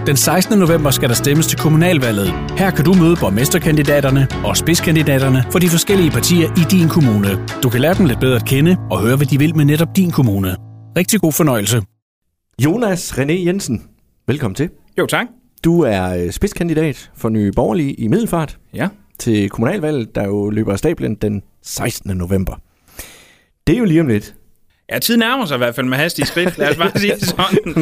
Den 16. november skal der stemmes til kommunalvalget. Her kan du møde borgmesterkandidaterne og spidskandidaterne for de forskellige partier i din kommune. Du kan lære dem lidt bedre at kende og høre, hvad de vil med netop din kommune. Rigtig god fornøjelse. Jonas René Jensen, velkommen til. Jo, tak. Du er spidskandidat for Nye Borgerlige i Middelfart til kommunalvalget, der jo løber af stablen den 16. november. Det er jo lige om lidt. Ja, tid nærmer sig i hvert fald med hastige skridt. Lad os bare sige det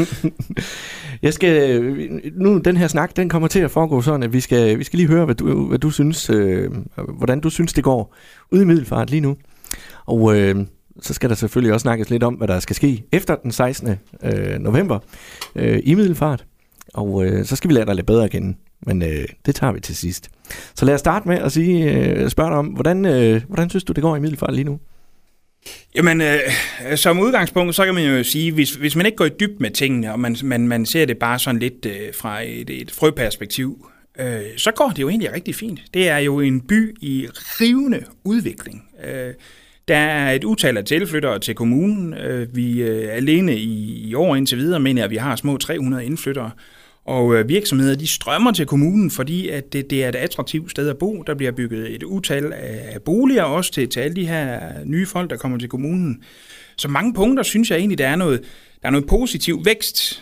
sådan. Nu den her snak, den kommer til at foregå sådan, at vi skal lige høre, hvad du synes, hvordan du synes, det går ude i Middelfart lige nu. Og så skal der selvfølgelig også snakkes lidt om, hvad der skal ske efter den 16. november i Middelfart. Og så skal vi lære dig lidt bedre at kende. Men det tager vi til sidst. Så lad os starte med at spørge dig om, hvordan synes du, det går i Middelfart lige nu? Jamen, som udgangspunkt, så kan man jo sige, hvis man ikke går i dybden med tingene, og man ser det bare sådan lidt fra et frøperspektiv, så går det jo egentlig rigtig fint. Det er jo en by i rivende udvikling. Der er et utal af tilflyttere til kommunen. Vi alene i år indtil videre mener jeg, at vi har små 300 indflyttere. Og virksomheder, de strømmer til kommunen, fordi at det er et attraktivt sted at bo. Der bliver bygget et utal af boliger også til alle de her nye folk, der kommer til kommunen. Så mange punkter synes jeg egentlig, der er noget positiv vækst.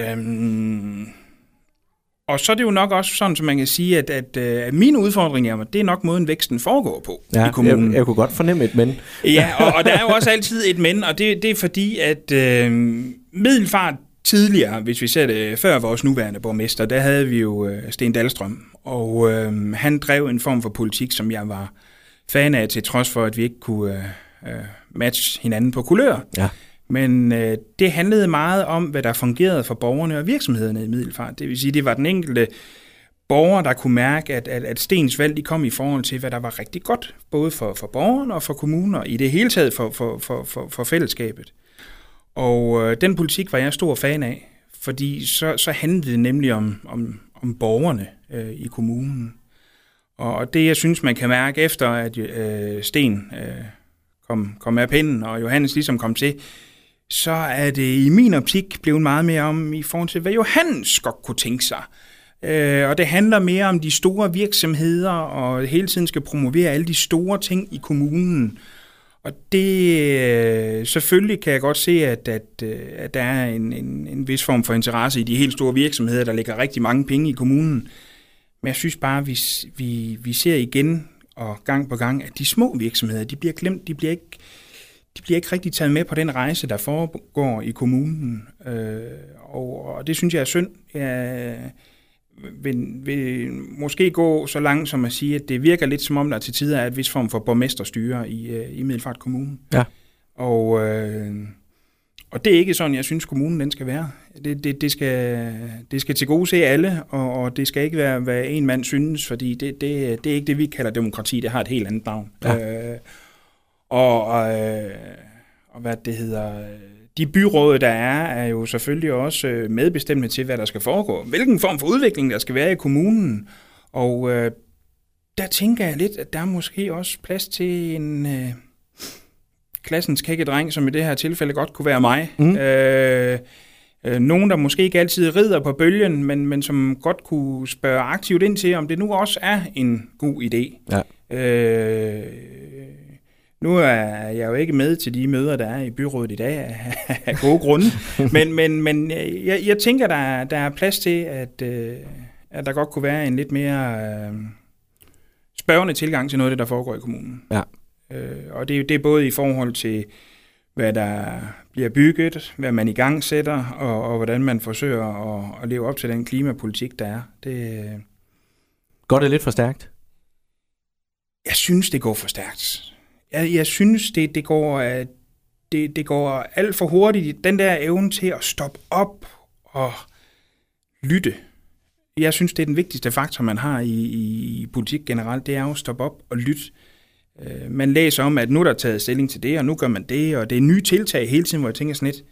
Og så er det jo nok også sådan, som man kan sige, at mine udfordringer, det er nok måden, væksten foregår på i kommunen. Jeg kunne godt fornemme et men. Ja, og der er jo også altid et men, og det er fordi, at Middelfart tidligere, hvis vi ser det før vores nuværende borgmester, der havde vi jo Sten Dahlstrøm, og han drev en form for politik, som jeg var fan af, til trods for, at vi ikke kunne matche hinanden på kulør. Ja. Men det handlede meget om, hvad der fungerede for borgerne og virksomhederne i Middelfart. Det vil sige, det var den enkelte borger, der kunne mærke, at Stens valg de kom i forhold til, hvad der var rigtig godt, både for borgerne og for kommunen, og i det hele taget for fællesskabet. Og den politik var jeg stor fan af, fordi så handlede det nemlig om borgerne i kommunen. Og det, jeg synes, man kan mærke efter, at Sten kom af pinden, og Johannes ligesom kom til, så er det i min optik blevet meget mere om i forhold til, hvad Johannes godt kunne tænke sig. Og det handler mere om de store virksomheder, og hele tiden skal promovere alle de store ting i kommunen. Og det selvfølgelig kan jeg godt se, at der er en vis form for interesse i de helt store virksomheder, der lægger rigtig mange penge i kommunen. Men jeg synes bare, at vi ser igen og gang på gang, at de små virksomheder, de bliver glemt, de bliver ikke rigtig taget med på den rejse, der foregår i kommunen. Og det synes jeg er synd. Jeg vil måske gå så langt som at sige, at det virker lidt som om, der til tider er et vis form for borgmesterstyre i Middelfart Kommune. Ja. Og det er ikke sådan, jeg synes, kommunen den skal være. Det skal tilgodese alle, og det skal ikke være, hvad en mand synes, fordi det er ikke det, vi kalder demokrati. Det har et helt andet navn. Ja. Og hvad det hedder... De byråd, der er jo selvfølgelig også medbestemmende til, hvad der skal foregå. Hvilken form for udvikling, der skal være i kommunen. Og der tænker jeg lidt, at der er måske også plads til en klassens kækkedreng, som i det her tilfælde godt kunne være mig. Nogen, der måske ikke altid rider på bølgen, men som godt kunne spørge aktivt ind til, om det nu også er en god idé. Ja. Nu er jeg jo ikke med til de møder, der er i byrådet i dag, af gode grunde. Men jeg tænker, der er plads til, at der godt kunne være en lidt mere spørgende tilgang til noget af det, der foregår i kommunen. Ja. Og det er både i forhold til, hvad der bliver bygget, hvad man i gang sætter, og hvordan man forsøger at leve op til den klimapolitik, der er. Går det lidt for stærkt? Jeg synes, det går for stærkt. Jeg synes, det går alt for hurtigt. Den der evne til at stoppe op og lytte. Jeg synes, det er den vigtigste faktor, man har i politik generelt. Det er jo at stoppe op og lytte. Man læser om, at nu er der taget stilling til det, og nu gør man det, og det er nye tiltag hele tiden, hvor jeg tænker sådan lidt,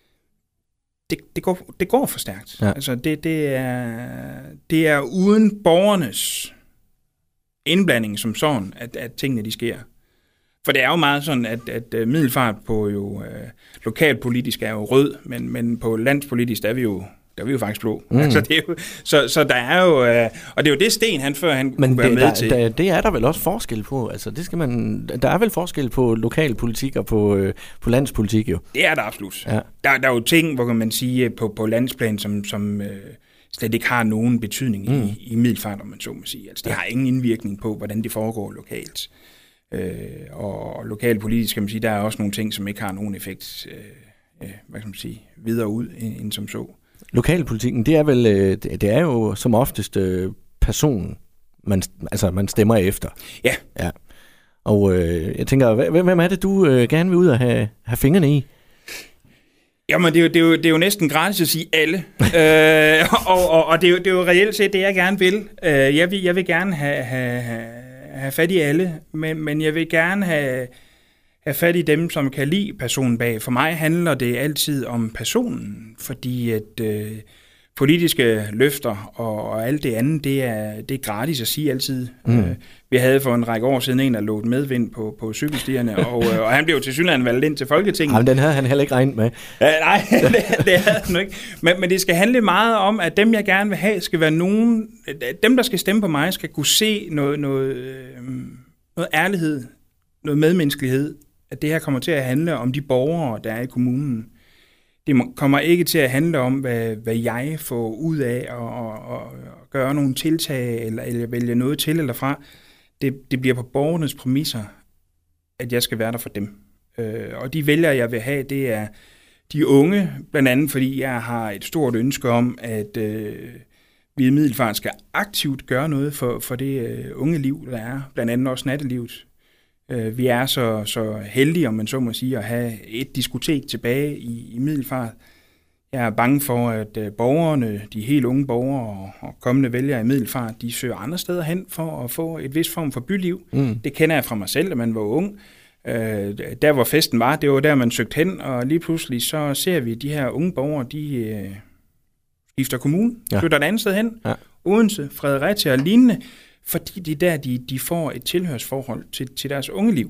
det går for stærkt. Ja. Altså, det er uden borgernes indblanding som sådan, at tingene de sker. For det er jo meget sådan, at Middelfart på jo lokalpolitisk er jo rød, men på landspolitisk er vi jo Der er vi jo faktisk blå. Altså, det er jo, så der er jo... og det er jo det Sten, han kunne være med til. Men det er der vel også forskel på. Altså, det skal man... Der er vel forskel på lokalpolitik og på landspolitik, jo. Det er der absolut. Ja. Der er jo ting, hvor kan man sige, på landsplan, som slet ikke har nogen betydning i Middelfart, om man så må sige. Altså, det har ingen indvirkning på, hvordan det foregår lokalt. Og lokalpolitisk, kan man sige, der er også nogle ting, som ikke har nogen effekt, hvad kan man sige, videre ud end som så. Lokalpolitikken, det er vel, det er jo som oftest personen, man stemmer efter. Ja. Ja. Og jeg tænker, hvem er det, du gerne vil ud og have fingrene i? Jamen, det er jo næsten gratis at sige alle. Og det er jo reelt set det, jeg gerne vil. Jeg vil gerne have fat i alle, men jeg vil gerne have fat i dem, som kan lide personen bag. For mig handler det altid om personen, fordi at politiske løfter og alt det andet, det er gratis at sige altid. Vi havde for en række år siden en, der lå medvind på cykelstierne, og han blev til synligheden valgt ind til Folketinget. Jamen, den havde han heller ikke regnet med. Nej, det havde han ikke. Men det skal handle meget om, at dem, jeg gerne vil have, skal være nogen... Dem, der skal stemme på mig, skal kunne se noget ærlighed, noget medmenneskelighed, at det her kommer til at handle om de borgere, der er i kommunen. Det kommer ikke til at handle om, hvad jeg får ud af at gøre nogle tiltag, eller vælge noget til eller fra. Det bliver på borgernes præmisser, at jeg skal være der for dem. Og de vælgere, jeg vil have, det er de unge, blandt andet fordi jeg har et stort ønske om, at vi i Middelfart skal aktivt gøre noget for det unge liv, der er, blandt andet også nattelivet. Vi er så heldige, om man så må sige, at have et diskotek tilbage i Middelfart. Jeg er bange for, at borgerne, de helt unge borgere og kommende vælgere i Middelfart, de søger andre steder hen for at få et vis form for byliv. Det kender jeg fra mig selv, da man var ung. Der, hvor festen var, det var der, man søgte hen, og lige pludselig så ser vi, at de her unge borgere, de skifter kommune, flytter et andet sted hen, Odense, Fredericia og lignende, fordi det er der, de får et tilhørsforhold til deres unge liv.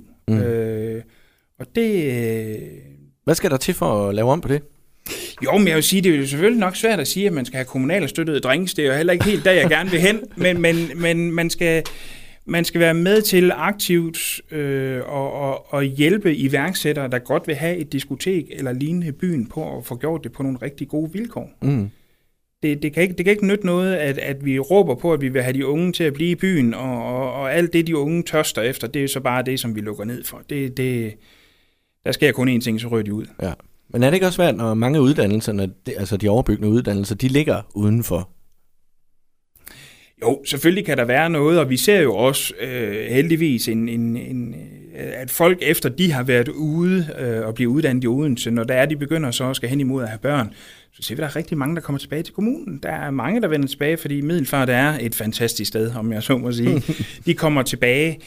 Og det... Hvad skal der til for at lave om på det? Jo, men jeg vil sige, det er jo selvfølgelig nok svært at sige, at man skal have kommunalt støttede drinks. Det er jo heller ikke helt der, jeg gerne vil hen. Men man skal være med til aktivt og hjælpe iværksættere, der godt vil have et diskotek eller lignende i byen på at få gjort det på nogle rigtig gode vilkår. Det kan ikke nytte noget, at vi råber på, at vi vil have de unge til at blive i byen, og alt det, de unge tørster efter, det er så bare det, som vi lukker ned for. Der sker kun én ting, så rører de ud. Ja. Men er det ikke også svært, når mange af uddannelserne, altså de overbyggende uddannelser, de ligger udenfor? Jo, selvfølgelig kan der være noget, og vi ser jo også heldigvis, at folk efter de har været ude og bliver uddannet i Odense, når de begynder så at skal hen imod at have børn, så ser vi, der er rigtig mange, der kommer tilbage til kommunen. Der er mange, der vender tilbage, fordi Middelfart er et fantastisk sted, om jeg så må sige. De kommer tilbage,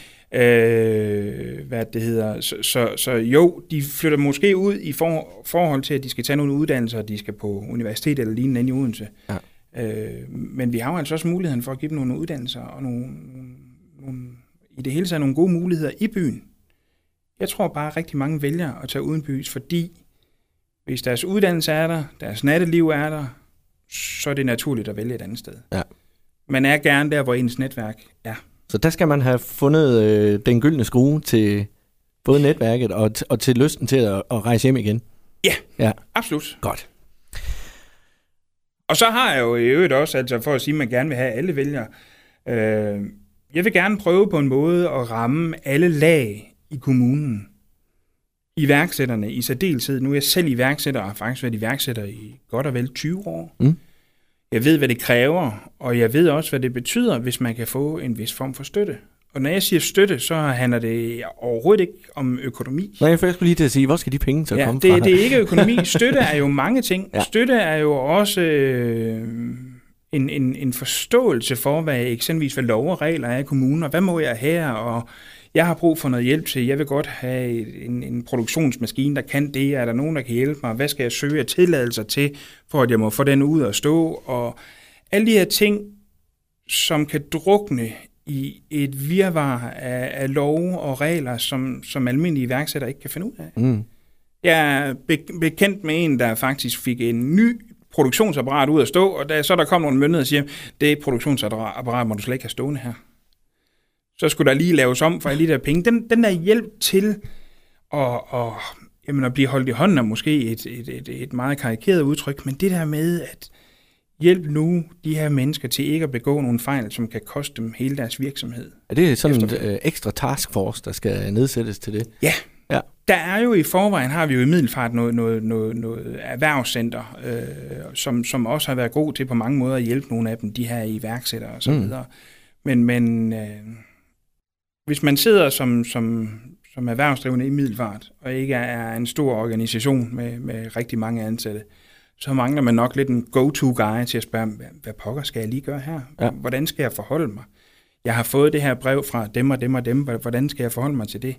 Så jo, de flytter måske ud i forhold til, at de skal tage nogle uddannelser, de skal på universitet eller lignende inde i Odense. Ja. Men vi har jo altså også muligheden for at give dem nogle uddannelser og nogle, i det hele taget nogle gode muligheder i byen. Jeg tror bare, at rigtig mange vælger at tage udenbys, fordi hvis deres uddannelse er der, deres natteliv er der, så er det naturligt at vælge et andet sted. Ja. Man er gerne der, hvor ens netværk er. Så der skal man have fundet den gyldne skrue til både netværket og til lysten til at rejse hjem igen. Ja, absolut. Godt. Og så har jeg jo i øvrigt også, altså for at sige, at man gerne vil have alle vælgere, jeg vil gerne prøve på en måde at ramme alle lag i kommunen. Iværksætterne i særdeleshed. Nu er jeg selv iværksætter og har faktisk været iværksætter i godt og vel 20 år. Jeg ved, hvad det kræver, og jeg ved også, hvad det betyder, hvis man kan få en vis form for støtte. Og når jeg siger støtte, så handler det overhovedet ikke om økonomi. Nej, jeg skulle lige til at sige, hvor skal de penge så komme fra? Det er ikke økonomi. Støtte er jo mange ting. Ja. Støtte er jo også en forståelse for, hvad eksempelvis hvad lov og regler er i kommunen, og hvad må jeg her, og jeg har brug for noget hjælp til, jeg vil godt have en produktionsmaskine, der kan det, er der nogen, der kan hjælpe mig, hvad skal jeg søge af tilladelser til, for at jeg må få den ud at stå, og alle de her ting, som kan drukne i et virvar af love og regler, som almindelige iværksættere ikke kan finde ud af. Jeg er bekendt med en, der faktisk fik en ny produktionsapparat ud at stå, og så der kom nogle myndigheder og siger, det produktionsapparat må du slet ikke have stående her. Så skulle der lige laves om for alle de der penge. Den der hjælp til at blive holdt i hånden er måske et meget karikeret udtryk, men det der med at hjælp nu de her mennesker til ikke at begå nogle fejl, som kan koste dem hele deres virksomhed. Er det sådan en ekstra taskforce, der skal nedsættes til det? Ja. Der er jo i forvejen, har vi jo i Middelfart noget erhvervscenter, som også har været god til på mange måder at hjælpe nogle af dem, de her iværksættere og så videre. Men hvis man sidder som erhvervsdrivende i Middelfart, og ikke er en stor organisation med rigtig mange ansatte, så mangler man nok lidt en go-to-guy til at spørge, hvad pokker skal jeg lige gøre her? Ja. Hvordan skal jeg forholde mig? Jeg har fået det her brev fra dem og dem og dem. Hvordan skal jeg forholde mig til det?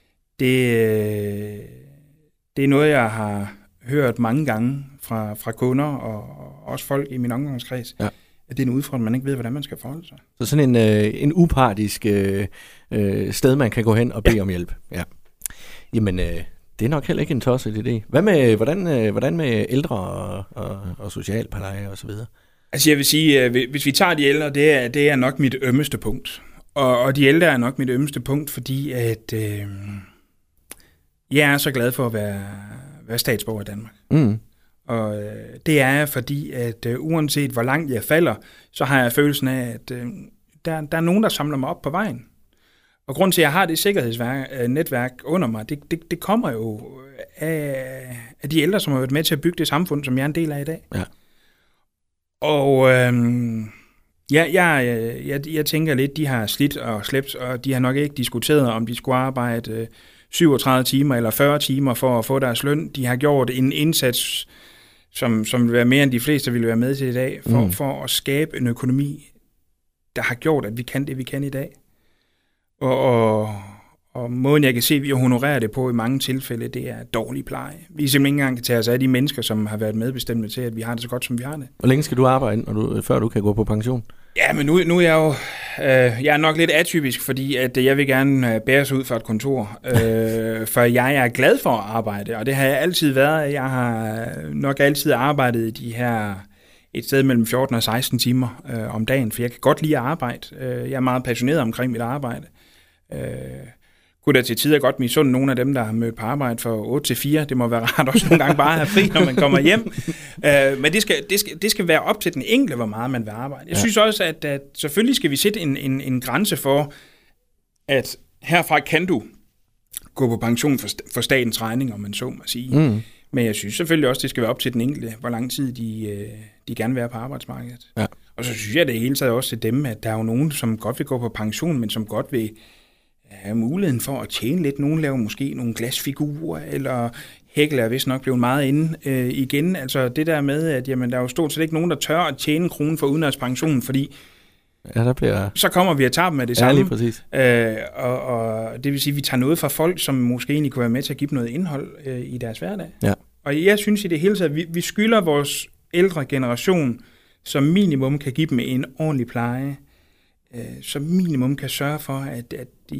Det er noget, jeg har hørt mange gange fra kunder og også folk i min omgangskreds, at det er en udfordring, man ikke ved, hvordan man skal forholde sig. Så sådan en upartisk sted, man kan gå hen og bede om hjælp. Ja. Jamen, det er nok heller ikke en tosset idé. Hvordan med ældre og socialpleje og så videre? Altså jeg vil sige, hvis vi tager de ældre, det er nok mit ømmeste punkt. Og de ældre er nok mit ømmeste punkt, fordi at jeg er så glad for at være statsborger i Danmark. Og det er jeg, fordi at uanset hvor langt jeg falder, så har jeg følelsen af, at der er nogen, der samler mig op på vejen. Og grunden til, at jeg har det sikkerhedsnetværk under mig, det kommer jo af de ældre, som har været med til at bygge det samfund, som jeg er en del af i dag. Ja. Og jeg tænker lidt, de har slidt og slæbt, og de har nok ikke diskuteret, om de skulle arbejde 37 timer eller 40 timer for at få deres løn. De har gjort en indsats, som vil være mere end de fleste ville være med til i dag, for at skabe en økonomi, der har gjort, at vi kan det, vi kan i dag. Og måden, jeg kan se, at vi honorerer det på i mange tilfælde, det er dårlig pleje. Vi simpelthen ikke engang kan tage os af de mennesker, som har været medbestemmende til, at vi har det så godt, som vi har det. Hvor længe skal du arbejde, før du kan gå på pension? Ja, men nu er jeg jo jeg er nok lidt atypisk, fordi at jeg vil gerne bæres ud fra et kontor, for jeg er glad for at arbejde, og det har jeg altid været. Jeg har nok altid arbejdet i de her et sted mellem 14 og 16 timer om dagen, for jeg kan godt lide at arbejde. Jeg er meget passioneret omkring mit arbejde. Kunne da til tider godt misunde nogle af dem, der har mødt på arbejde for 8 til 4. Det må være rart også nogle gange bare at have fri, når man kommer hjem. Men det skal være op til den enkelte, hvor meget man vil arbejde. Jeg synes også, at selvfølgelig skal vi sætte en grænse for, at herfra kan du gå på pension for statens regning, om man så må sige. Men jeg synes selvfølgelig også, det skal være op til den enkelte, hvor lang tid de gerne vil være på arbejdsmarkedet. Ja. Og så synes jeg det hele taget også til dem, at der er jo nogen, som godt vil gå på pension, men som godt vil have muligheden for at tjene lidt. Nogen laver måske nogle glasfigurer, eller Hækkel er vist nok blevet meget inde igen. Altså det der med, at jamen, der er jo stort set ikke nogen, der tør at tjene en krone for udenrigspensionen, fordi så kommer vi og tager dem med det samme. Ja, lige præcis. Og det vil sige, at vi tager noget fra folk, som måske egentlig kunne være med til at give dem noget indhold i deres hverdag. Ja. Og jeg synes i det hele taget, at vi skylder vores ældre generation, som minimum kan give dem en ordentlig pleje, som minimum kan sørge for, at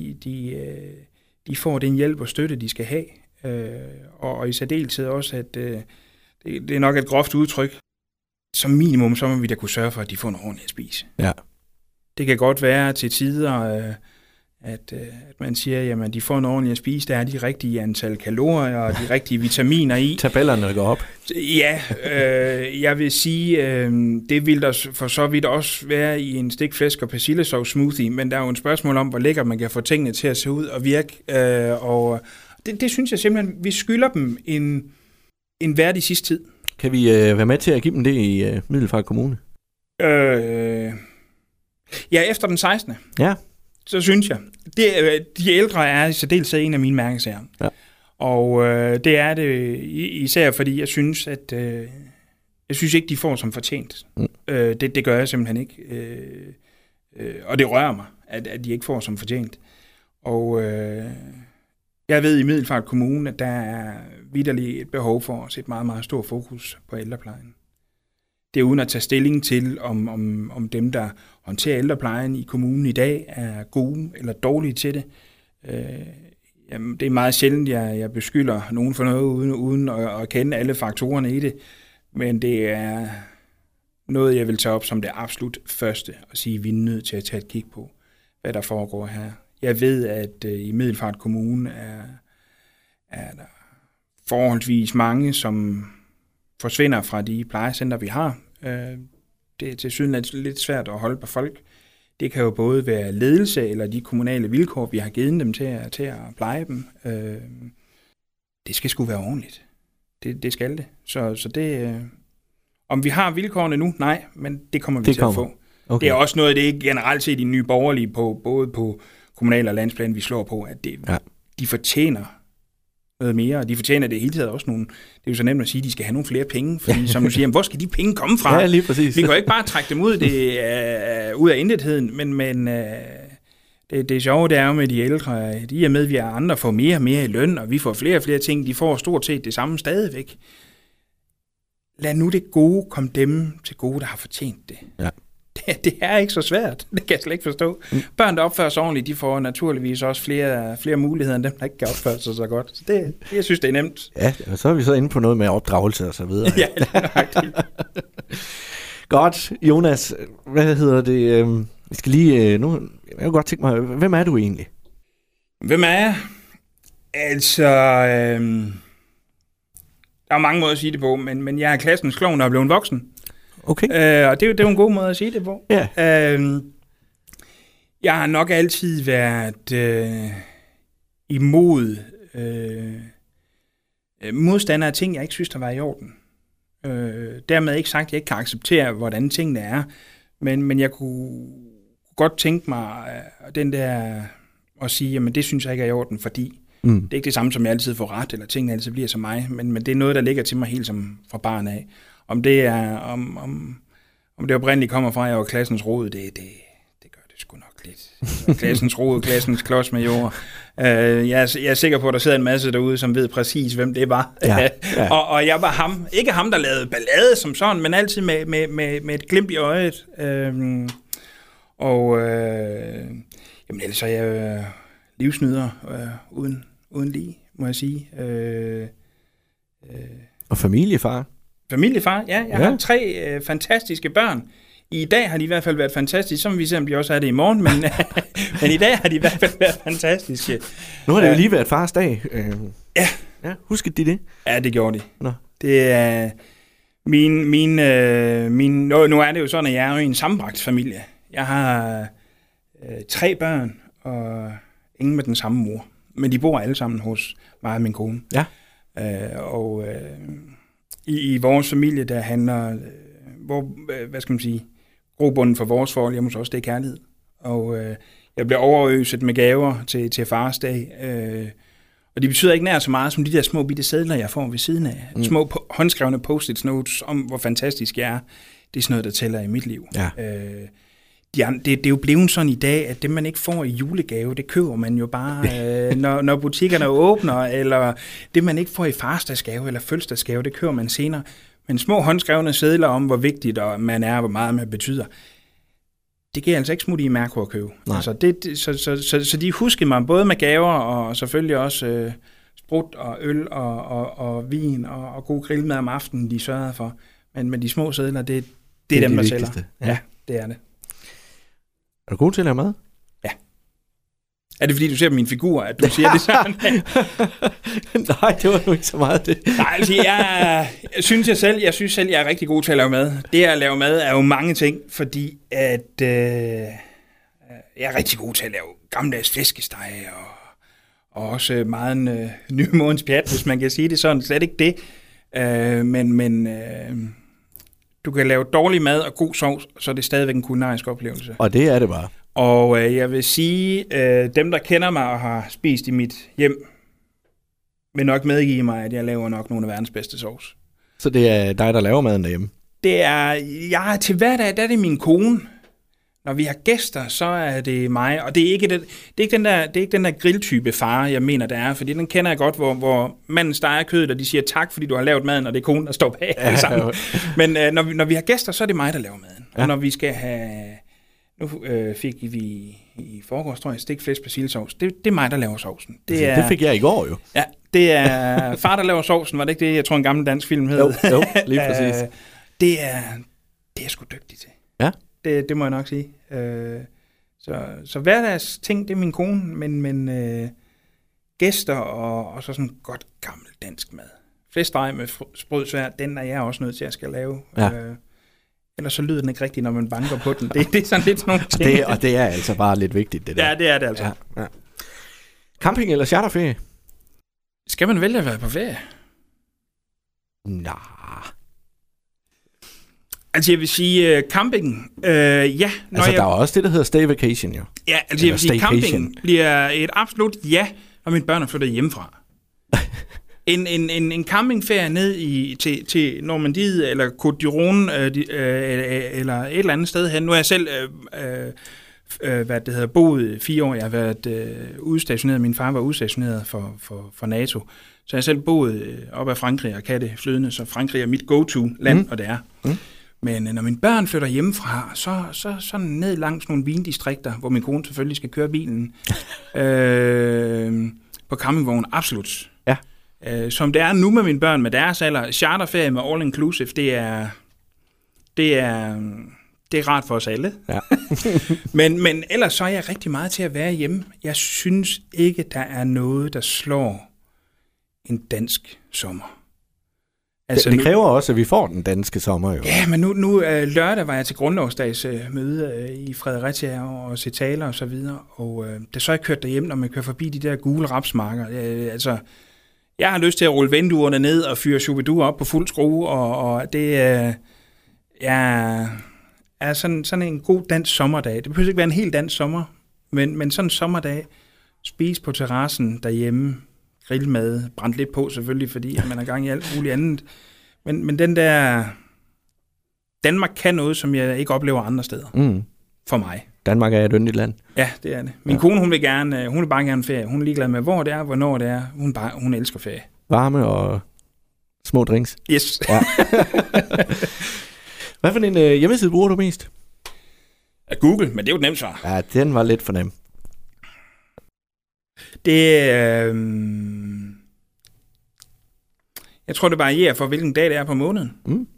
de får den hjælp og støtte, de skal have. Og i særdeleshed også, at det er nok et groft udtryk, som minimum, så må vi da kunne sørge for, at de får noget ordentligt at spise. Ja. Det kan godt være til tider, at man siger, jamen de får noget ordentligt at spise, der er de rigtige antal kalorier og de rigtige vitaminer i. Tabellerne går op. Ja, jeg vil sige, det vil der for så vidt også være i en stikflæsk og persillesauce smoothie, men der er jo et spørgsmål om, hvor lækkert man kan få tingene til at se ud og virke, og det synes jeg simpelthen, vi skylder dem en værdig sidste tid. Kan vi være med til at give dem det i Middelfart Kommune? Ja, efter den 16. Ja. Så synes jeg. De ældre er i særdeleshed en af mine mærkesager. Ja. Og det er det især, fordi jeg synes, at jeg synes ikke, de får som fortjent. Det gør jeg simpelthen ikke. Og det rører mig, at de ikke får som fortjent. Og jeg ved i Middelfart Kommune, at der er vitterligt et behov for at sætte meget, meget stor fokus på ældreplejen. Det er uden at tage stilling til, om dem, der håndterer ældreplejen i kommunen i dag, er gode eller dårlige til det. Det er meget sjældent, jeg beskylder nogen for noget, uden at kende alle faktorerne i det. Men det er noget, jeg vil tage op som det absolut første, og sige, at vi er nødt til at tage et kig på, hvad der foregår her. Jeg ved, at i Middelfart Kommune er der forholdsvis mange, som forsvinder fra de plejecenter, vi har. Det er tilsyneladende lidt svært at holde på folk. Det kan jo både være ledelse eller de kommunale vilkår, vi har givet dem til at pleje dem. Det skal sgu være ordentligt. Det skal det. Så det... Om vi har vilkårene nu? Nej, men det kommer vi til at få. Okay. Det er også noget af det generelt set i Nye Borgerlige, både på kommunal- og landsplan, vi slår på, at de fortjener noget mere, og de fortjener det hele taget også nogle... Det er jo så nemt at sige, at de skal have nogle flere penge, fordi som du siger, hvor skal de penge komme fra? Ja, lige præcis. Vi kan jo ikke bare trække dem ud, ud af intetheden, men det sjove, det er jo med de ældre, de er med, vi er andre får mere og mere i løn, og vi får flere og flere ting, de får stort set det samme stadigvæk. Lad nu det gode komme dem til gode, der har fortjent det. Ja. Det er ikke så svært. Det kan jeg slet ikke forstå. Børn, der opfører sig ordentligt, de får naturligvis også flere muligheder, end dem, der ikke kan opføre sig så godt. Så det, jeg synes, det er nemt. Ja, og så er vi så inde på noget med opdragelse og så videre. Ja, det er rigtigt. Godt, Jonas. Hvad hedder det? Vi skal lige... Nu, jeg kunne godt tænke mig, hvem er du egentlig? Hvem er jeg? Altså... der er mange måder at sige det på, men jeg er klassens klovn, der er blevet voksen. Okay. Og det er jo en god måde at sige det på. Ja. Jeg har nok altid været imod modstander af ting, jeg ikke synes, der var i orden. Dermed ikke sagt, at jeg ikke kan acceptere, hvordan tingene er, men jeg kunne godt tænke mig den der at sige, jamen det synes jeg ikke er i orden, fordi det er ikke det samme, som jeg altid får ret, eller tingene altid bliver som mig, men det er noget, der ligger til mig helt som fra barn af. Om det er, om det oprindeligt kommer fra, at jeg var klassens rod, det gør det sgu nok lidt. Klassens rod, klassens klods med jord. Jeg er sikker på, at der sidder en masse derude, som ved præcis, hvem det var. Ja. Og jeg var ham, ikke ham, der lavede ballade som sådan, men altid med et glimt i øjet. Jamen ellers er jeg livsnyder uden lige, må jeg sige. Og familiefar? Familiefar, ja. Jeg har 3 fantastiske børn. I dag har de i hvert fald været fantastiske. Så må vi se, om de også er det i morgen, men i dag har de i hvert fald været fantastiske. Nu har det jo lige været fars dag. Ja. Huskede de det? Ja, det gjorde de. Nå. Det er nu er det jo sådan, at jeg er jo i en sammenbragt familie. Jeg har 3 børn, og ingen med den samme mor. Men de bor alle sammen hos mig og min kone. Ja. I vores familie, der handler, hvad skal man sige, grobunden for vores forhold, jeg måske også, det er kærlighed. Og jeg bliver overøset med gaver til fars dag. Og det betyder ikke nær så meget som de der små bitte sedler, jeg får ved siden af. Små håndskrevne post-it notes om, hvor fantastisk jeg er. Det er sådan noget, der tæller i mit liv. Ja. Det er jo blevet sådan i dag, at det, man ikke får i julegave, det køber man jo bare, når butikkerne åbner, eller det, man ikke får i farsdagsgave eller fødselsdagsgave, det køber man senere. Men små håndskrevne sedler om, hvor vigtigt man er, hvor meget man betyder, det giver altså ikke smut i mærke at købe. Altså så de huskede mig både med gaver, og selvfølgelig også sprut og øl og vin og god grillmad om aftenen, de sørgede for. Men de små sedler, det er dem, der sælger. Ja, det er det. Er du god til at lave mad? Ja. Er det fordi, du ser på min figur, at du siger det sådan? Nej, det var nu ikke så meget det. Nej, altså jeg synes selv, jeg er rigtig god til at lave mad. Det at lave mad er jo mange ting, fordi at jeg er rigtig god til at lave gammeldags flæskesteg og også meget en nymodens pjat, hvis man kan sige det sådan. Slet ikke det. Men du kan lave dårlig mad og god sovs, så er det stadigvæk en kulinarisk oplevelse. Og det er det bare. Og jeg vil sige, dem der kender mig og har spist i mit hjem, vil nok medgive mig, at jeg laver nok nogle af verdens bedste sovs. Så det er dig, der laver maden derhjemme? Til hverdag, der er det min kone. Når vi har gæster, så er det mig. Og det er ikke den der grilltype far, jeg mener, der er. Fordi den kender jeg godt, hvor manden steger kødet, og de siger tak, fordi du har lavet maden, og det er konen, der står bag. Ja. Men når vi har gæster, så er det mig, der laver maden. Ja. Og når vi skal have... Nu fik vi i forgårs, tror jeg, stikflæsk persillesovs. Det er mig, der laver sovsen. Det fik jeg i går jo. Ja, Det er Far, der laver sovsen, var det ikke det, jeg tror en gammel dansk film hed? Jo, lige præcis. Det er jeg sgu dygtig til. Ja. Det må jeg nok sige. Så hverdags ting, det er min kone, men gæster og så sådan godt gammel dansk mad. Flæskesteg med sprød svær, den er jeg også nødt til at skal lave. Ja. Ellers så lyder den ikke rigtigt, når man banker på den. Det er sådan lidt sådan nogle ting. Og det er altså bare lidt vigtigt, det der. Ja, det er det altså. Ja. Camping eller charterferie? Skal man vælge at være på ferie? Nej. Altså jeg vil sige camping, ja. Altså der er også det, der hedder stay vacation, jo. Ja, altså jeg vil sige camping bliver et absolut ja, når mine børn er flyttet hjemmefra. En campingferie ned til Normandiet eller Côte d'Ivoire eller et eller andet sted hen. Nu er jeg selv boet 4 år. Jeg har været udstationeret. Min far var udstationeret for NATO. Så jeg har selv boet op ad Frankrig og kan det flydende. Så Frankrig er mit go-to-land, og det er. Men når mine børn flytter hjemmefra, så ned langs nogle vindistrikter, hvor min kone selvfølgelig skal køre bilen. På campingvogn, absolut. Ja. Som det er nu med mine børn, med deres alder, charterferie med all inclusive, det er rart for os alle. Ja. men ellers så er jeg rigtig meget til at være hjemme. Jeg synes ikke, der er noget, der slår en dansk sommer. Altså, det kræver også, at vi får den danske sommer, jo. Ja, men nu lørdag var jeg til grundlovsdags møde i Fredericia og se taler og så videre, og da så jeg kørte derhjem, når man kører forbi de der gule rapsmarker, jeg har lyst til at rulle vinduerne ned og fyre Shubidua op på fuld skrue, og det er sådan en god dansk sommerdag. Det behøver ikke være en helt dansk sommer, men sådan en sommerdag, spise på terrassen derhjemme, grillmad, brændt lidt på selvfølgelig, fordi man er gang i alt muligt andet. Men den der... Danmark kan noget, som jeg ikke oplever andre steder. For mig. Danmark er et yndigt land. Ja, det er det. Min kone, hun vil bare gerne ferie. Hun er ligeglad med, hvor det er, hvornår det er. Hun elsker ferie. Varme og små drinks. Yes. Ja. Hvad for en hjemmeside bruger du mest? Google, men det er jo et nemt svar. Ja, den var lidt for nem. Jeg tror, det varierer for, hvilken dag det er på måneden.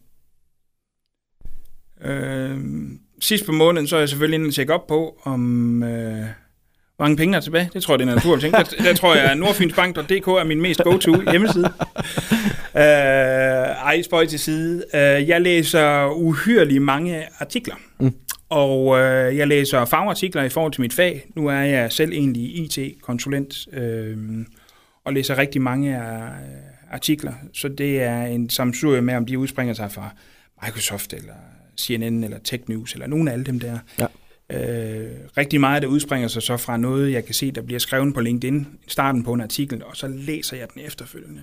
Sidst på måneden, så er jeg selvfølgelig inde og tjekke op på, om hvor mange penge er tilbage. Det tror jeg, det er en naturlig ting. Der tror jeg, at nordfynsbank.dk er min mest go-to hjemmeside. Spøj til side. Jeg læser uhyrligt mange artikler. Og jeg læser fagartikler i forhold til mit fag. Nu er jeg selv egentlig IT-konsulent og læser rigtig mange artikler. Så det er en sammensurium med, om de udspringer sig fra Microsoft eller CNN eller Tech News eller nogle af alle dem der. Ja. Rigtig meget, der udspringer sig så fra noget, jeg kan se, der bliver skrevet på LinkedIn, starten på en artikel, og så læser jeg den efterfølgende.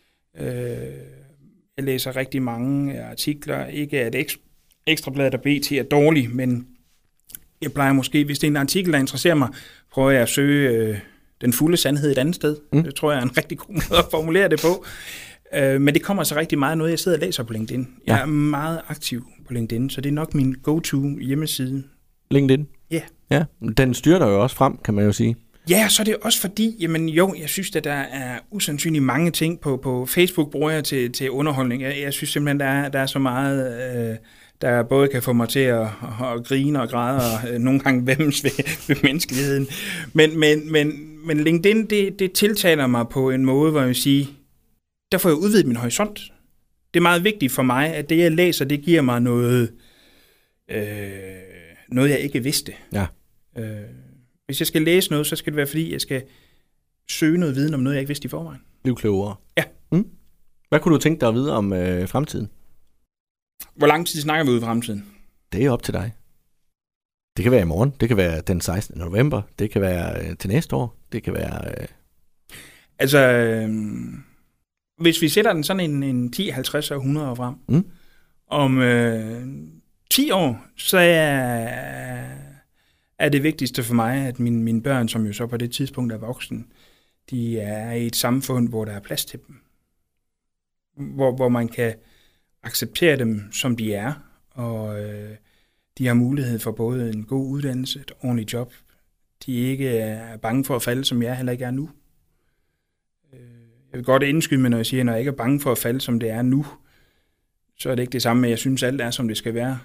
Jeg læser rigtig mange artikler. Ikke at Ekstrabladet og BT er dårlig, men jeg plejer måske, hvis det er en artikel, der interesserer mig, prøver jeg at søge den fulde sandhed et andet sted. Det tror jeg er en rigtig god måde at formulere det på. Men det kommer så rigtig meget noget, jeg sidder og læser på LinkedIn. Jeg er meget aktiv på LinkedIn, så det er nok min go-to hjemmeside. LinkedIn? Ja. Ja, den styrer jo også frem, kan man jo sige. Ja, så er det også fordi, jeg synes, at der er usandsynligt mange ting på Facebook, bruger jeg til underholdning. Jeg synes simpelthen, der er så meget, der både kan få mig til at grine og græde, og nogle gange væmmes ved menneskeligheden. Men LinkedIn, det tiltaler mig på en måde, hvor jeg vil sige, der får jeg udvidet min horisont. Det er meget vigtigt for mig, at det, jeg læser, det giver mig noget, jeg ikke vidste. Ja. Hvis jeg skal læse noget, så skal det være, fordi jeg skal søge noget viden om noget, jeg ikke vidste i forvejen. Bliv klogere. Ja. Hvad kunne du tænke dig at vide om fremtiden? Hvor lang tid snakker vi ud i fremtiden? Det er op til dig. Det kan være i morgen, det kan være den 16. november, det kan være til næste år, det kan være... Hvis vi sætter den sådan en 10, 50 og 100 år frem, om 10 år, så er det vigtigste for mig, at mine børn, som jo så på det tidspunkt er voksne, de er i et samfund, hvor der er plads til dem. Hvor man kan acceptere dem, som de er, og de har mulighed for både en god uddannelse, et ordentligt job. De ikke er bange for at falde, som jeg heller ikke er nu. Jeg vil godt indskyde mig, når jeg siger, når jeg ikke er bange for at falde, som det er nu, så er det ikke det samme med, jeg synes, alt er, som det skal være.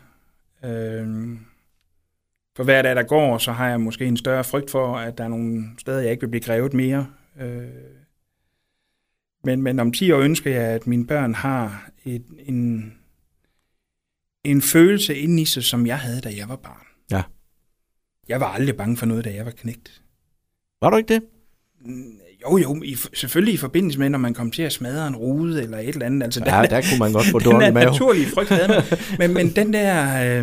For hver dag, der går, så har jeg måske en større frygt for, at der er nogle steder, jeg ikke vil blive grebet mere. Men om 10 år ønsker jeg, at mine børn har en følelse inde i sig, som jeg havde, da jeg var barn. Ja. Jeg var aldrig bange for noget, da jeg var knægt. Var du ikke det? Jo, selvfølgelig i forbindelse med, når man kom til at smadre en rude eller et eller andet. Altså, der kunne man godt få dårlig mave. Den naturlige frygt havde man. Men den der...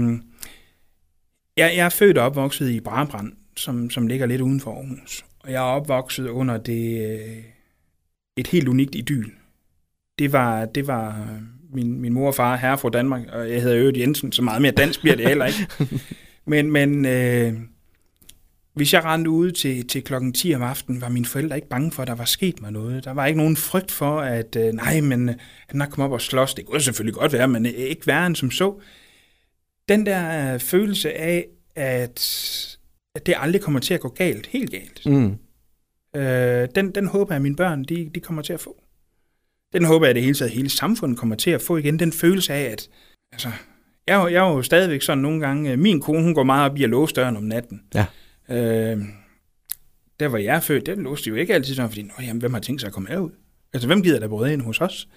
Jeg er født og opvokset i Brabrand, som ligger lidt uden for Aarhus. Og jeg er opvokset under et helt unikt idyl. Det var min mor og far, herre fra Danmark, og jeg hedder Øvrigt Jensen, så meget mere dansk bliver det heller ikke. Men hvis jeg rendte ude til klokken 10 om aftenen, var mine forældre ikke bange for, at der var sket mig noget. Der var ikke nogen frygt for, at han nok kom op og slås. Det kunne selvfølgelig godt være, men ikke værre end som så. Den der følelse af, at det aldrig kommer til at gå galt, helt galt. Den håber jeg, at mine børn de kommer til at få. Den håber jeg, at det hele taget hele samfundet kommer til at få igen. Den følelse af, at altså, jeg er jo stadigvæk sådan nogle gange. Min kone, hun går meget op i at låse døren om natten. Ja. Der hvor jeg er født, den låste jo ikke altid sådan, fordi jamen, hvem har tænkt sig at komme herud? Altså, hvem gider der bryde ind hos os?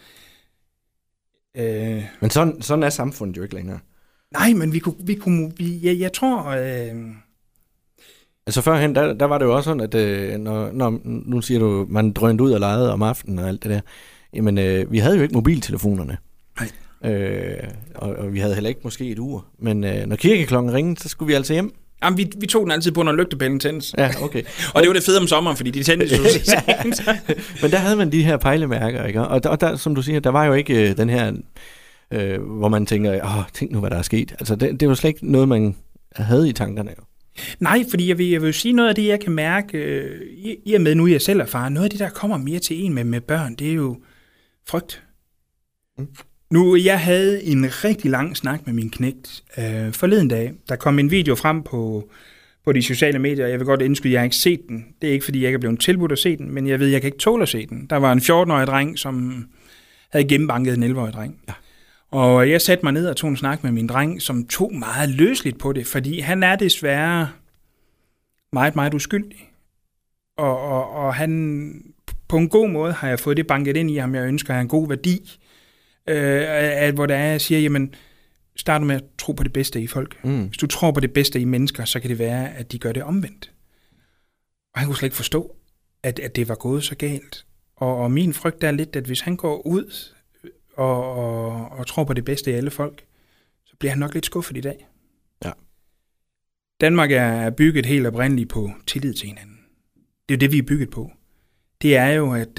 Men sådan er samfundet jo ikke længere. Nej, men jeg tror... Altså førhen, der var det jo også sådan, at når nu siger du, man drønte ud og legede om aftenen og alt det der, jamen vi havde jo ikke mobiltelefonerne. Nej. Og vi havde heller ikke måske et ur. Men når kirkeklokken ringede, så skulle vi altså hjem. Jamen, vi tog den altid på, når lygtepælen tændes. Ja, okay. Og det var det fede om sommeren, fordi de tændtes jo Men der havde man de her pejlemærker, ikke? Og der, som du siger, der var jo ikke den her, hvor man tænker, tænk nu, hvad der er sket. Altså, det var slet ikke noget, man havde i tankerne jo. Nej, fordi jeg vil sige noget af det, jeg kan mærke, i og med nu, jeg selv er far, noget af det, der kommer mere til en med børn, det er jo frygt. Nu, jeg havde en rigtig lang snak med min knægt forleden dag. Der kom en video frem på de sociale medier. Jeg vil godt indskyde, jeg har ikke set den. Det er ikke, fordi jeg ikke er blevet tilbudt at se den, men jeg ved, jeg kan ikke tåle at se den. Der var en 14-årig dreng, som havde gennembanket en 11-årig dreng. Ja. Og jeg satte mig ned og tog en snak med min dreng, som tog meget løsligt på det, fordi han er desværre meget, meget uskyldig. Og han, på en god måde har jeg fået det banket ind i ham, jeg ønsker at have en god værdi. Hvor der er, jeg siger, jamen, start med at tro på det bedste i folk. Hvis du tror på det bedste i mennesker, så kan det være, at de gør det omvendt. Og han kunne slet ikke forstå, at det var gået så galt. Og min frygt er lidt, at hvis han går ud og tror på det bedste i alle folk, så bliver han nok lidt skuffet i dag. Ja. Danmark er bygget helt oprindeligt på tillid til hinanden. Det er jo det, vi er bygget på. Det er jo, at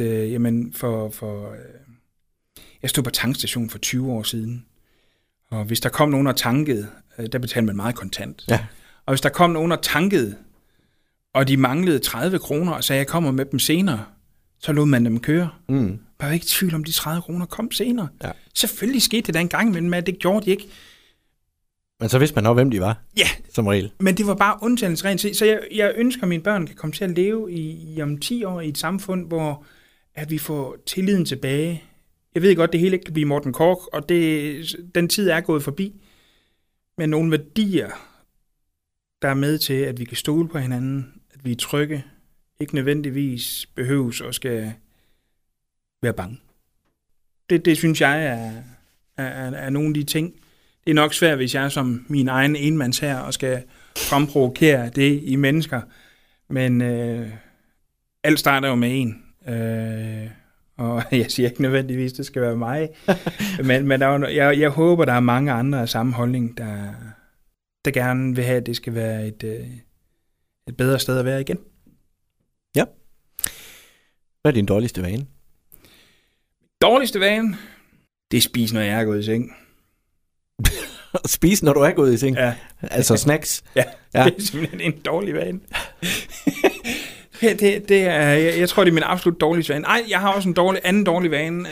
jeg stod på tankstationen for 20 år siden, og hvis der kom nogen og tankede, der betalte man meget kontant. Ja. Og hvis der kom nogen og tankede, og de manglede 30 kroner, og sagde, jeg kommer med dem senere, så lod man dem køre. Bare ikke i tvivl om, de 30 kroner kom senere. Ja. Selvfølgelig skete det da en gang imellem, men det gjorde de ikke. Men så vidste man også, hvem de var, som regel. Men det var bare undtagelsesreglen. Så jeg ønsker, at mine børn kan komme til at leve i om 10 år i et samfund, hvor at vi får tilliden tilbage. Jeg ved godt, det hele ikke kan blive Morten Korch, og den tid er gået forbi. Men nogle værdier, der er med til, at vi kan stole på hinanden, at vi er trygge, ikke nødvendigvis behøves og skal være bange. Det synes jeg er nogle af de ting. Det er nok svært, hvis jeg er som min egen enmandsherre og skal fremprovokere det i mennesker. Men alt starter jo med en. Og jeg siger ikke nødvendigvis, det skal være mig. men jeg håber, der er mange andre af samme holdning, der gerne vil have, at det skal være et bedre sted at være igen. Ja. Hvad er din dårligste vane? Dårligste vane? Det er spise, når jeg er gået i seng. Spise, når du er gået i seng? Ja. Altså snacks? Ja, det er simpelthen en dårlig vane. Det er, jeg tror, det er min absolut dårligste vane. Ej, jeg har også en anden dårlig vane.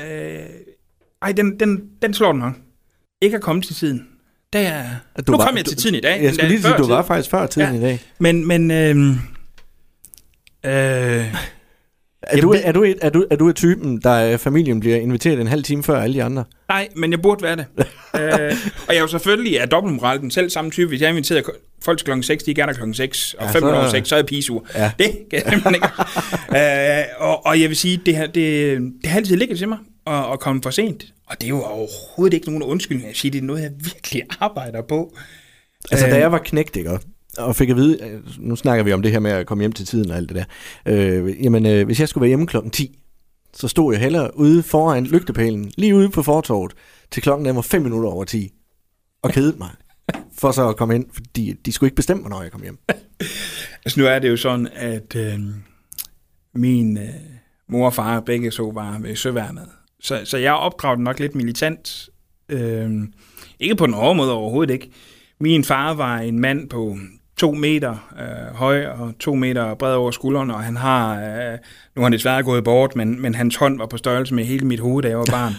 Den slår den nok. Ikke at komme til tiden. Nu kom jeg til tiden i dag. Jeg skulle lige sige, du var faktisk før tiden i dag. Men Er du typen, der familien bliver inviteret en halv time før alle de andre? Nej, men jeg burde være det. Og jeg er jo selvfølgelig af dobbeltmoral den selv samme type. Hvis jeg inviterer folk til klokken 6, de er gerne klokken 6, og 5 over 6, så er jeg pigesur. Ja. Det kan jeg simpelthen ikke. Og jeg vil sige, det har altid ligget til mig at komme for sent. Og det er jo overhovedet ikke nogen undskyldning. Jeg siger, det er noget, jeg virkelig arbejder på. Altså, da jeg var knægt, ikke? Og fik at vide, nu snakker vi om det her med at komme hjem til tiden og alt det der. Hvis jeg skulle være hjemme klokken 10, så stod jeg hellere ude foran lygtepælen, lige ude på fortovet, til klokken der var 5 minutter over 10, og kedede mig, for så at komme ind, fordi de skulle ikke bestemme, hvornår jeg kom hjem. Altså nu er det jo sådan, at min mor og far begge så var ved søværnet, så jeg opdraget nok lidt militant. Ikke på den hårde måde overhovedet ikke. Min far var en mand på 2 meter høj og 2 meter bred over skuldrene, og han har, nu har han desværre gået bort, men hans hånd var på størrelse med hele mit hoved, da jeg var barn.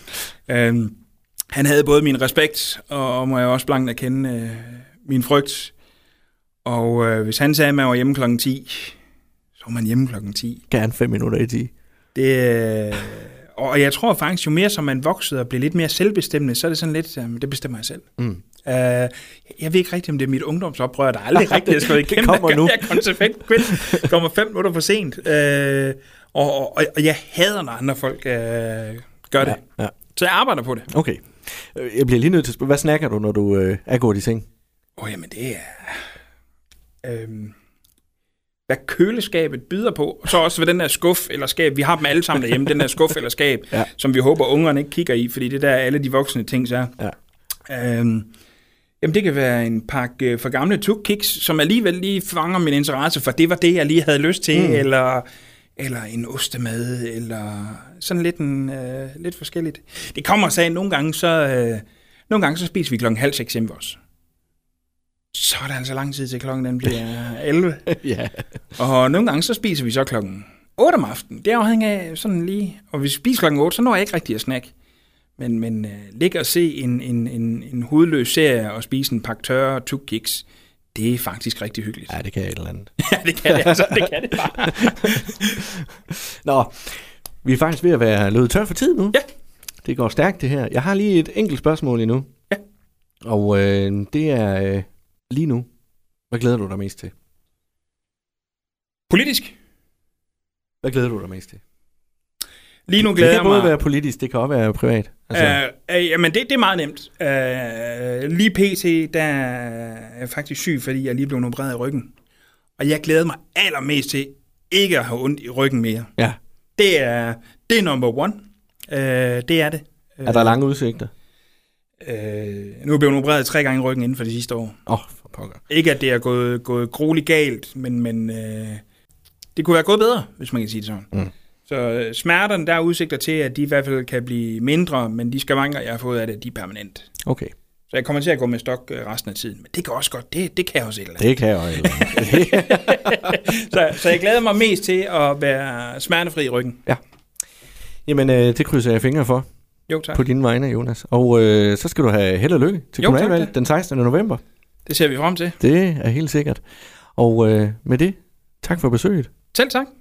Han havde både min respekt, og må jeg også blankt erkende min frygt. Og hvis han sagde, at man var hjemme klokken 10, så var man hjemme klokken 10. Gerne 5 minutter i 10. Og jeg tror faktisk, jo mere som man voksede og blev lidt mere selvbestemmende, så er det sådan lidt, det bestemmer jeg selv. Jeg ved ikke rigtigt, om det er mit ungdomsoprør, der aldrig rigtigt er slået igennem. Det kommer nu. Jeg konsekvent kommer 5 minutter for sent. Og jeg hader, når andre folk gør det. Ja. Så jeg arbejder på det. Okay. Jeg bliver lige nødt til at spørge, hvad snakker du, når du er gået i seng? Jamen det er... hvad køleskabet byder på, og så også ved den der skuf eller skab, vi har dem alle sammen derhjemme, den der skuf eller skab, som vi håber, ungerne ikke kigger i, fordi det der er alle de voksne ting, så er. Ja. Jamen det kan være en pakke for gamle Tuk-Kiks, som alligevel lige fanger min interesse, for det var det, jeg lige havde lyst til, eller en ostemad, eller sådan lidt forskelligt. Det kommer så af, nogle gange så spiser vi 5:30 hjemme også. Så er der altså lang tid til klokken den bliver 11. Ja. Og nogle gange så spiser vi så klokken 8 om aftenen. Det er afhængig af sådan lige. Og hvis vi spiser klokken 8, så når jeg ikke rigtig at snakke. Men ligge og se en hudløs serie og spise en pakke tørre Tuk-Kiks, det er faktisk rigtig hyggeligt. Ja, det kan jeg et eller andet. Ja, det kan det altså. Det kan det bare. Nå, vi er faktisk ved at være løbet tør for tid nu. Ja. Det går stærkt det her. Jeg har lige et enkelt spørgsmål endnu. Ja. Og det er lige nu. Hvad glæder du dig mest til? Politisk? Hvad glæder du dig mest til? Lige nu glæder jeg mig... Det kan både være politisk, det kan også være privat. Altså. Jamen, det er meget nemt. Lige pt, der er jeg faktisk syg, fordi jeg lige blev opereret i ryggen. Og jeg glæder mig allermest til ikke at have ondt i ryggen mere. Ja. Det er number one. Det er det. Er der lange udsigter? Nu er jeg blevet opereret 3 gange i ryggen inden for det sidste år. For pokker. Ikke at det er gået grueligt galt, men det kunne være gået bedre, hvis man kan sige det sådan. Mm. Så smerterne, der er udsigter til, at de i hvert fald kan blive mindre, men de skavanker, jeg har fået af det, de er permanent. Okay. Så jeg kommer til at gå med stok resten af tiden. Men det kan også godt, det kan jeg også et eller andet. Det kan jeg også et eller andet. så jeg glæder mig mest til at være smertefri i ryggen. Ja. Jamen, det krydser jeg fingre for. Jo, tak. På dine vegne, Jonas. Og så skal du have held og lykke til kommunalvalget den 16. november. Det ser vi frem til. Det er helt sikkert. Og med det, tak for besøget. Selv tak.